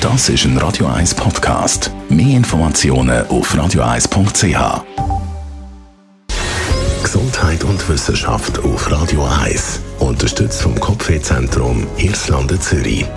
Das ist ein Radio 1 Podcast. Mehr Informationen auf radio1.ch. Gesundheit und Wissenschaft auf Radio 1. Unterstützt vom Kopfwehzentrum Irlande Zürich.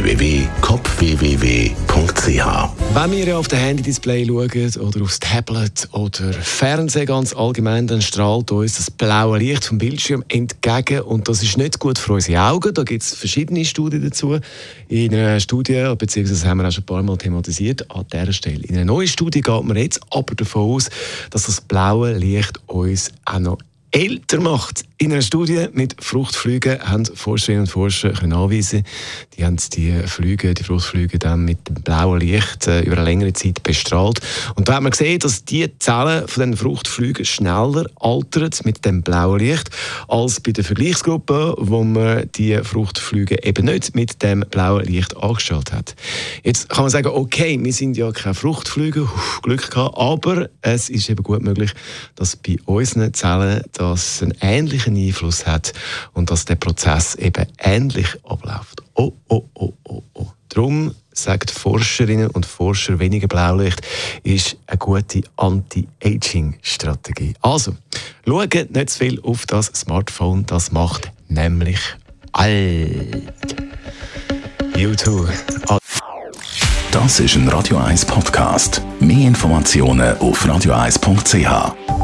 www.kopfwww.ch. Wenn wir auf das Handy-Display schauen oder aufs Tablet oder Fernsehen ganz allgemein, dann strahlt uns das blaue Licht vom Bildschirm entgegen und das ist nicht gut für unsere Augen. Da gibt es verschiedene Studien dazu. In einer Studie, beziehungsweise haben wir auch schon ein paar Mal thematisiert, an dieser Stelle. In einer neuen Studie geht man jetzt aber davon aus, dass das blaue Licht uns auch noch älter macht. In einer Studie mit Fruchtfliegen haben Forscherinnen und Forscher nachweisen, die haben die Fruchtfliegen dann mit dem blauen Licht über eine längere Zeit bestrahlt. Und da hat man gesehen, dass die Zellen von den Fruchtfliegen schneller altern mit dem blauen Licht als bei der Vergleichsgruppe, wo man die Fruchtfliegen eben nicht mit dem blauen Licht angestrahlt hat. Jetzt kann man sagen, okay, wir sind ja keine Fruchtfliegen, Glück gehabt, aber es ist eben gut möglich, dass bei unseren Zellen das einen ähnlichen Einfluss hat und dass der Prozess eben ähnlich abläuft. Darum sagt Forscherinnen und Forscher, weniger Blaulicht ist eine gute Anti-Aging-Strategie. Also, schaut nicht zu viel auf das Smartphone, das macht nämlich alt. YouTube. Das ist ein Radio 1 Podcast. Mehr Informationen auf radio1.ch.